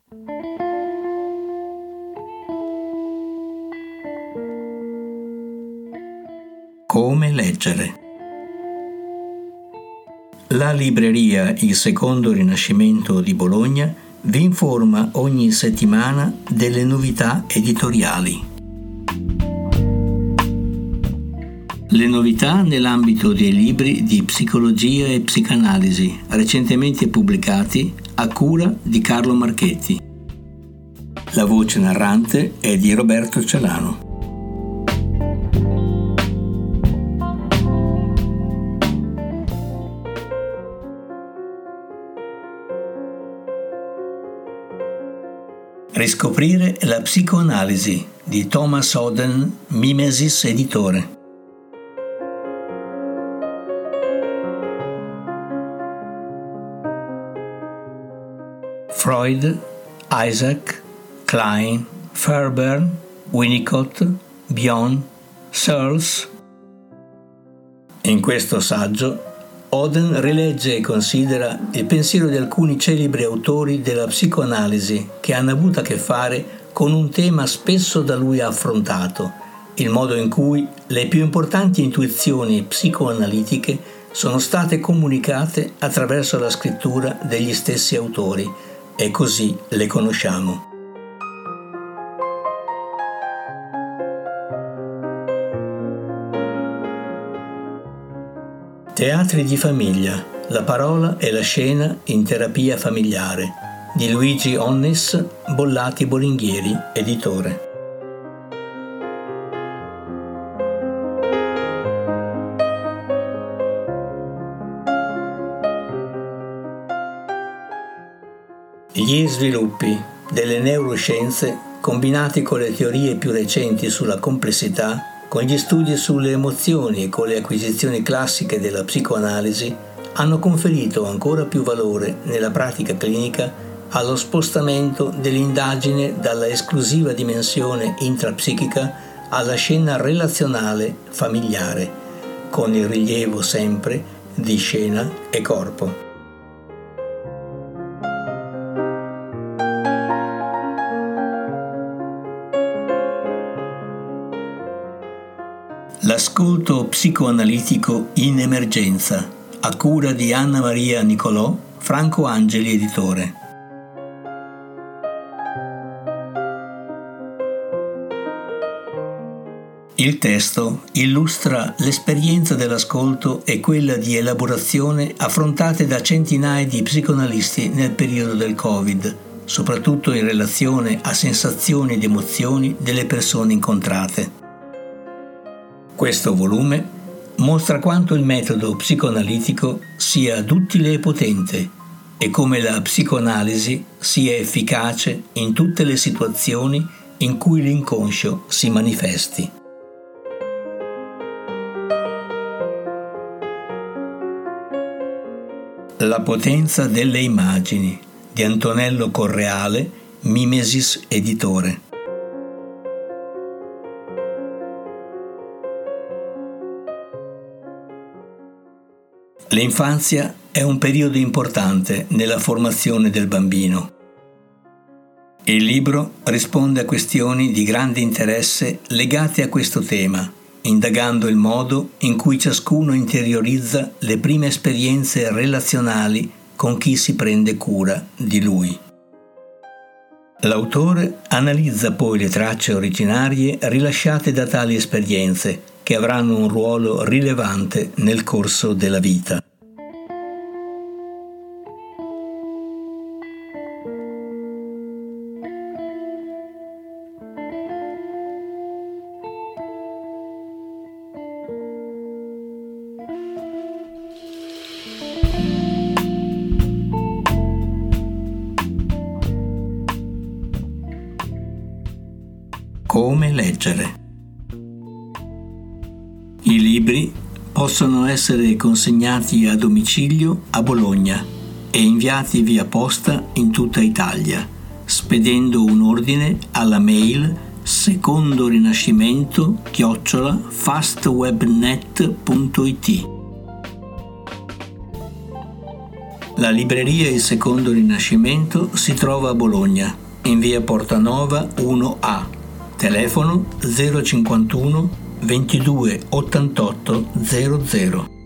Come leggere. La libreria Il Secondo Rinascimento di Bologna vi informa ogni settimana delle novità editoriali. Le novità nell'ambito dei libri di psicologia e psicanalisi recentemente pubblicati a cura di Carlo Marchetti. La voce narrante è di Roberto Celano. Riscoprire la psicoanalisi di Thomas Oden, Mimesis editore. Freud, Isaac, Klein, Fairbairn, Winnicott, Bion, Searles. In questo saggio Oden rilegge e considera il pensiero di alcuni celebri autori della psicoanalisi che hanno avuto a che fare con un tema spesso da lui affrontato, il modo in cui le più importanti intuizioni psicoanalitiche sono state comunicate attraverso la scrittura degli stessi autori, e così le conosciamo. Teatri di famiglia, la parola e la scena in terapia familiare, di Luigi Onnis, Bollati Bolinghieri, editore. Gli sviluppi delle neuroscienze combinati con le teorie più recenti sulla complessità, con gli studi sulle emozioni e con le acquisizioni classiche della psicoanalisi, hanno conferito ancora più valore nella pratica clinica allo spostamento dell'indagine dalla esclusiva dimensione intrapsichica alla scena relazionale familiare, con il rilievo sempre di scena e corpo. L'ascolto psicoanalitico in emergenza, a cura di Anna Maria Nicolò, Franco Angeli editore. Il testo illustra l'esperienza dell'ascolto e quella di elaborazione affrontate da centinaia di psicoanalisti nel periodo del Covid, soprattutto in relazione a sensazioni ed emozioni delle persone incontrate. Questo volume mostra quanto il metodo psicoanalitico sia duttile e potente e come la psicoanalisi sia efficace in tutte le situazioni in cui l'inconscio si manifesti. La potenza delle immagini di Antonello Correale, Mimesis editore. L'infanzia è un periodo importante nella formazione del bambino. Il libro risponde a questioni di grande interesse legate a questo tema, indagando il modo in cui ciascuno interiorizza le prime esperienze relazionali con chi si prende cura di lui. L'autore analizza poi le tracce originarie rilasciate da tali esperienze, che avranno un ruolo rilevante nel corso della vita. Come leggere. I libri possono essere consegnati a domicilio a Bologna e inviati via posta in tutta Italia, spedendo un ordine alla mail secondorinascimento@fastwebnet.it. La libreria Il Secondo Rinascimento si trova a Bologna, in via Portanova 1A, telefono 051 22 88 00.